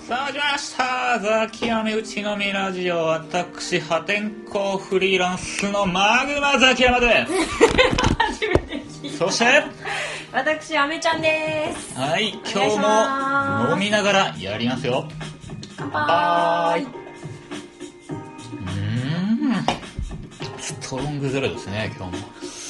さあ始まりましたザ・極め打ちのみラジオ。私破天荒フリーランスのマグマザキヤマで初めて聞いた。 そして私アメちゃんです。 はい、今日も飲みながらやりますよ。 乾杯。 ストロングゼロですね今日も。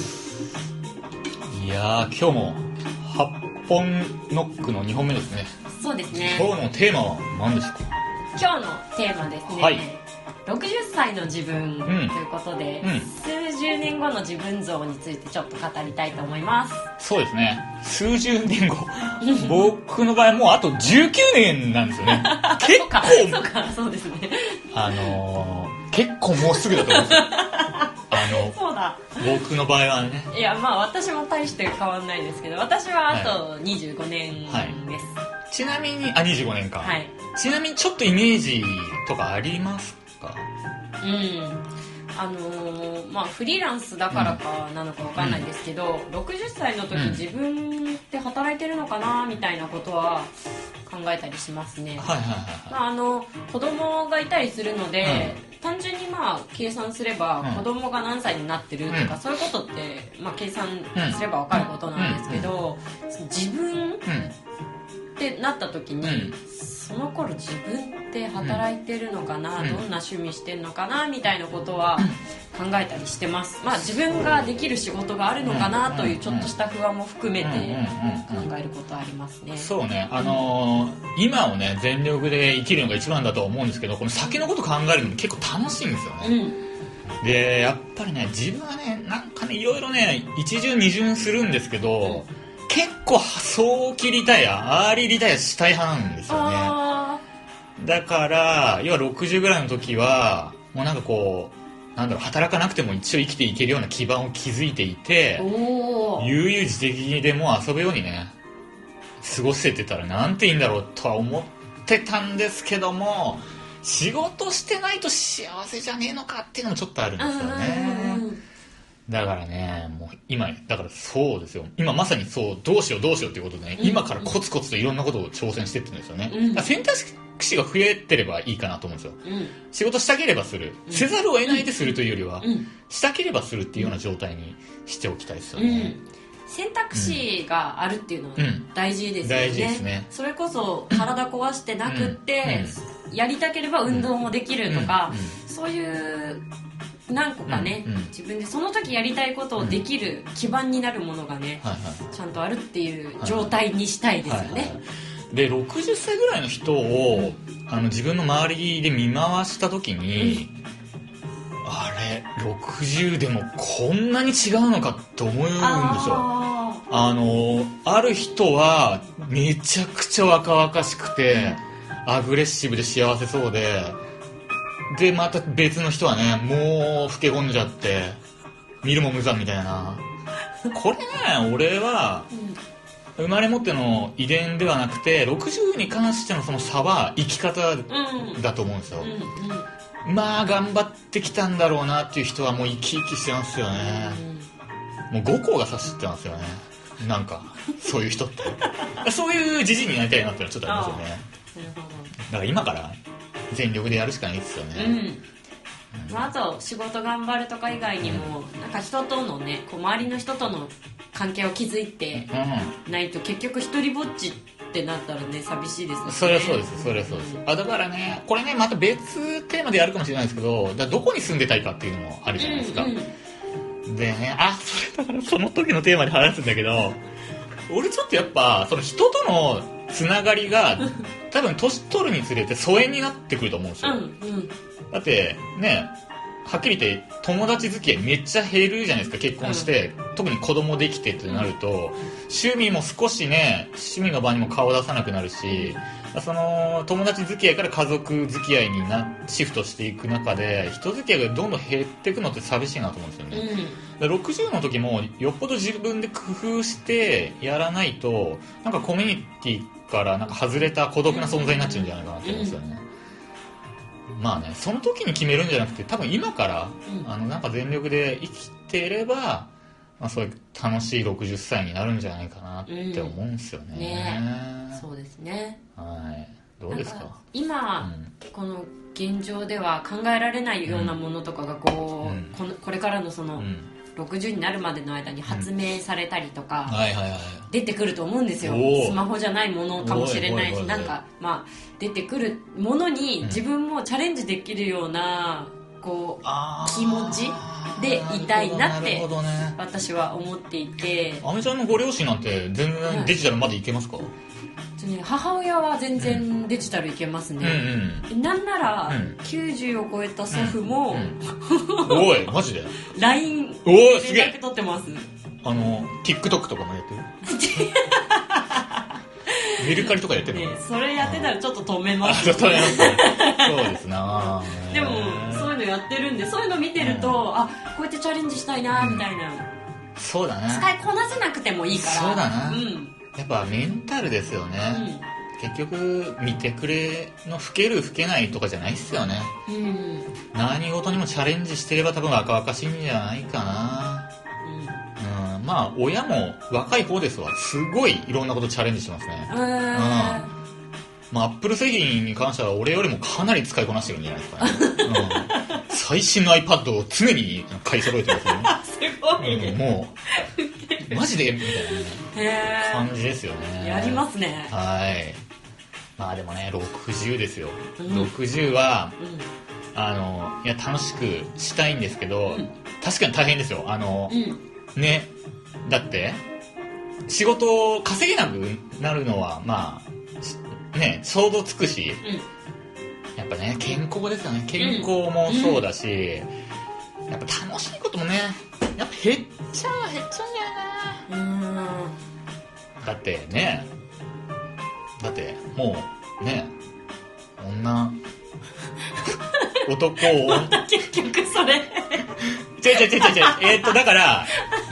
いやー、今日も8本ノックの2本目ですね。 そうですね。 今日のテーマは何ですか？ 今日のテーマですね、 はい、 60歳の自分ということで、数十年後の自分像についてちょっと語りたいと思います。 そうですね、数十年後僕の場合もうあと19年なんですよね結構そうですね、 結構もうすぐだと思うんですよそうだ、 僕の場合はね。 いや、まあ私も大して変わんないですけど、私はあと25年です、はい、 ちなみに25年か、 はい、 ちなみにちょっとイメージとかありますか？ まあフリーランスだからかなのかわかんないですけど、60歳の時自分って働いてるのかなみたいなことは考えたりしますね。子供がいたりするので、単純にまあ計算すれば子供が何歳になってるとか、そういうことってまあ計算すれば分かることなんですけど、自分ってなった時に、その頃自分って働いてるのかな、どんな趣味してんのかなみたいなことは考えたりしてます。まあ自分ができる仕事があるのかなというちょっとした不安も含めて考えることはありますね。 そうね、今をね全力で生きるのが一番だと思うんですけど、この先のこと考えるのも結構楽しいんですよね、でやっぱりね、自分はねなんかねいろいろね一巡二巡するんですけど、結構早期リタイア、アーリーリタイアしたい派なんですよね。だから要は60ぐらいの時はもうなんかこうなんだろう、働かなくても一応生きていけるような基盤を築いていて、悠々自適でも遊ぶようにね過ごせてたらなんていいんだろうとは思ってたんですけども、仕事してないと幸せじゃねえのかっていうのもちょっとあるんですよね。だからね、もう今だからそうですよ、今まさにそう、どうしようっていうことでね、今からコツコツといろんなことを挑戦してってるんですよね、選択肢が増えてればいいかなと思うんですよ、仕事したければする、せざるを得ないでするというよりは、したければするっていうような状態にしておきたいですよね、 選択肢があるっていうのは大事ですよね、 大事ですね。 それこそ体壊してなくって、やりたければ運動もできるとか、そういう何個かね、自分でその時やりたいことをできる基盤になるものがね、ちゃんとあるっていう状態にしたいですよね。 で60歳ぐらいの人を自分の周りで見回した時に、あれ60でもこんなに違うのかって思うんですよ。ある人はめちゃくちゃ若々しくて、アグレッシブで幸せそうでまた別の人はねもう老け込んじゃって見るも無残みたいな。これね、俺は生まれ持っての遺伝ではなくて、60に関してのその差は生き方だと思うんですよ、まあ頑張ってきたんだろうなっていう人はもう生き生きしてますよね、もう5個が差してますよね、なんかそういう人ってそういうじじいになりたいなってのはちょっとありますよね。だから今から全力でやるしかないですよね、 あと仕事頑張るとか以外にも、なんか人とのね、こう周りの人との関係を築いてないと、結局一人ぼっちってなったらね寂しいですね。 それはそうです、それはそうです、だからね、これねまた別テーマでやるかもしれないですけど、どこに住んでたいかっていうのもあるじゃないですか、でね、それだからその時のテーマで話すんだけど、俺ちょっとやっぱその人とのつながりが多分年取るにつれて疎遠になってくると思うんですよ、だってね、はっきり言って友達付き合いめっちゃ減るじゃないですか、結婚して、特に子供できてってなると、趣味も少しね、趣味の場にも顔出さなくなるし、その友達付き合いから家族付き合いにシフトしていく中で、人付き合いがどんどん減っていくのって寂しいなと思うんですよね、60の時もよっぽど自分で工夫してやらないと、なんかコミュニティからなんか外れた孤独な存在になっちゃうんじゃないかなと思うんですよね、まあね、その時に決めるんじゃなくて、多分今から、なんか全力で生きていれば、そういう楽しい60歳になるんじゃないかなって思うんですよね、 そうですね。 はい。 どうですか？ 今、この現状では考えられないようなものとかがこれからのその、60になるまでの間に発明されたりとか出てくると思うんですよ。スマホじゃないものかもしれないし、なんかまあ出てくるものに自分もチャレンジできるようなこう気持ちでいたいなって私は思っていて。 あめちゃんのご両親なんて全然デジタルまでいけますか？ 母親は全然デジタルいけますね、なんなら、90を超えた祖父も、 おいマジで LINE で連絡取ってます。 TikTok とかもやってるメルカリとかやってるの、 それやってたらちょっと止めます、 そうですな。 でもそういうのやってるんで、そういうの見てると、こうやってチャレンジしたいなみたいな、 そうだね、 使いこなせなくてもいいから。 そうだな、やっぱメンタルですよね、結局見てくれの老ける老けないとかじゃないっすよね、何事にもチャレンジしてれば多分若々しいんじゃないかな、まあ親も若い方ですわ、すごいいろんなことチャレンジしてますね、まあ、アップル製品に関しては俺よりもかなり使いこなしてるんじゃないですかね、最新の iPad を常に買い揃えてますよねすごいね、 もうマジでみたいな、感じですよね。 やりますね。 はい。まあでもね、60ですよ、60は、いや楽しくしたいんですけど、確かに大変ですよ。ね、だって仕事を稼げなくなるのはまあね、想像つくし、やっぱね、健康ですよね。健康もそうだし、やっぱ楽しいこともね、やっぱ減っちゃうんじゃないかな。だってね、もうね、女男を結局それ違うだから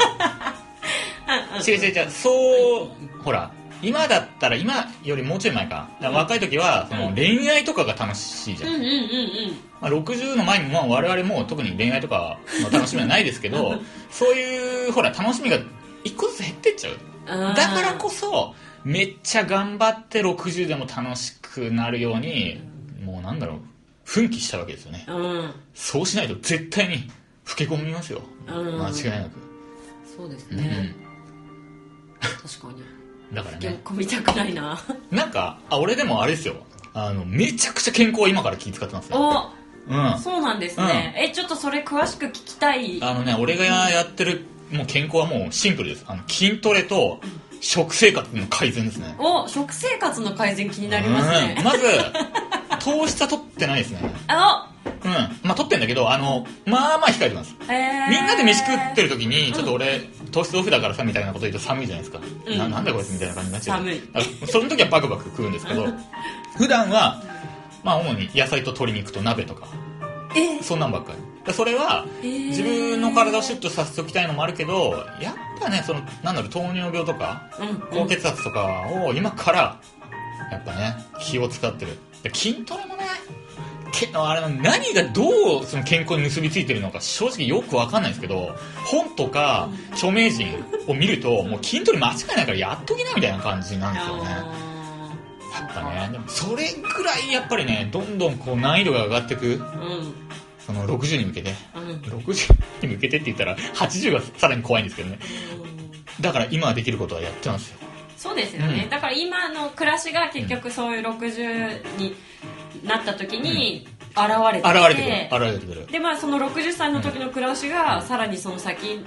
違うそうほら、今だったら、今よりもうちょい前か、若い時はその恋愛とかが楽しいじゃん、まあ、60の前にも我々も特に恋愛とかの楽しみはないですけどそういうほら楽しみが一個ずつ減ってっちゃう。だからこそめっちゃ頑張って60でも楽しくなるように、もうなんだろう、奮起したわけですよね、そうしないと絶対に老け込みますよ、間違いなく。 そうですね、確かに。 だからね、 込みたくないな。 なんか俺でもあれですよ、めちゃくちゃ健康を今から気遣ってますよ。 そうなんですね、ちょっとそれ詳しく聞きたい。 俺がやってるもう健康はもうシンプルです。筋トレと食生活の改善ですね。 食生活の改善気になりますね。 まず糖質は取ってないですね。まあ取ってんだけど、まあまあ控えてます。みんなで飯食ってる時にちょっと俺糖質オフだからさみたいなこと言うと寒いじゃないですか、なんだこいつみたいな感じになっちゃう。寒い。その時はバクバク食うんですけど普段はまあ主に野菜と鶏肉と鍋とか、そんなんばっかり。それは自分の体をシュッとさせておきたいのもあるけど、やっぱね、なんだろう、糖尿病とか高血圧とかを今からやっぱね気を使ってる。筋トレもね、あれ何がどうその健康に結びついてるのか正直よく分かんないんですけど、本とか著名人を見るともう筋トレ間違いないからやっときなみたいな感じなんですよね。やっぱね、でもそれぐらいやっぱりね、どんどんこう難易度が上がっていく、その60に向けて、60に向けてって言ったら80がさらに怖いんですけどね、だから今できることはやってますよ。 そうですよね、だから今の暮らしが結局そういう60になった時に現れてくる。でまあその60歳の時の暮らしがさらにその先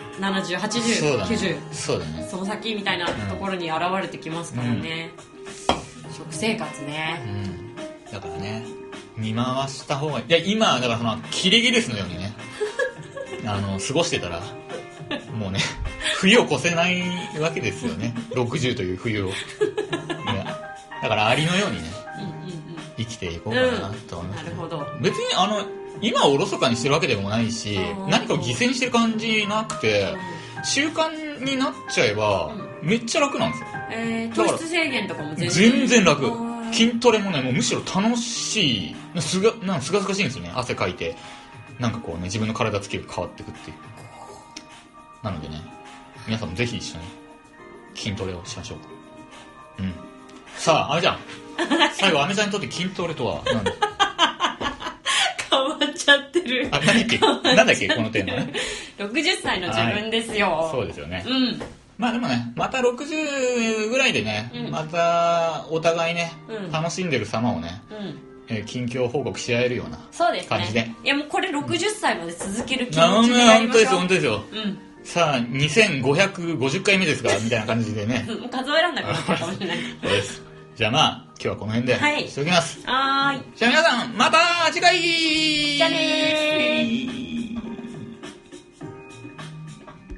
70、80、90、そうだね、その先みたいなところに現れてきますからね、食生活ね、 だからね見回した方がいい。いや今だからそのキリギリスのようにね過ごしてたらもうね冬を越せないわけですよね60という冬を、ね、だからアリのようにね、生きていこうかなと思います、 なるほど。 別に今をおろそかにしてるわけでもないし、何かを犠牲にしてる感じなくて、習慣になっちゃえばめっちゃ楽なんですよ。 糖質制限とかも全然楽。筋トレもね、もうむしろ楽しい、すがすがしいんですよね。汗かいてなんかこうね、自分の体つきが変わっていくっていう。なのでね、皆さんもぜひ一緒に筋トレをしましょう。さあ、あれじゃん最後、アメさんにとって筋トレとは何だ変わっちゃってる。 あ、なんだっけこのテーマね。 60歳の自分ですよ。 はい、そうですよね。うん。まあでもね、また60ぐらいでね、またお互いね、楽しんでる様をね、近況報告し合えるような感じで。 いやもうこれ60歳まで続ける気持ちでやりましょう。 本当ですよ。さあ、2550回目ですかみたいな感じでね。 数えらんなくなったかもしれない。 そうです。じゃあまあ、今日はこの辺でしておきます。 はい。 じゃあ皆さん、また次回。 じゃあねー。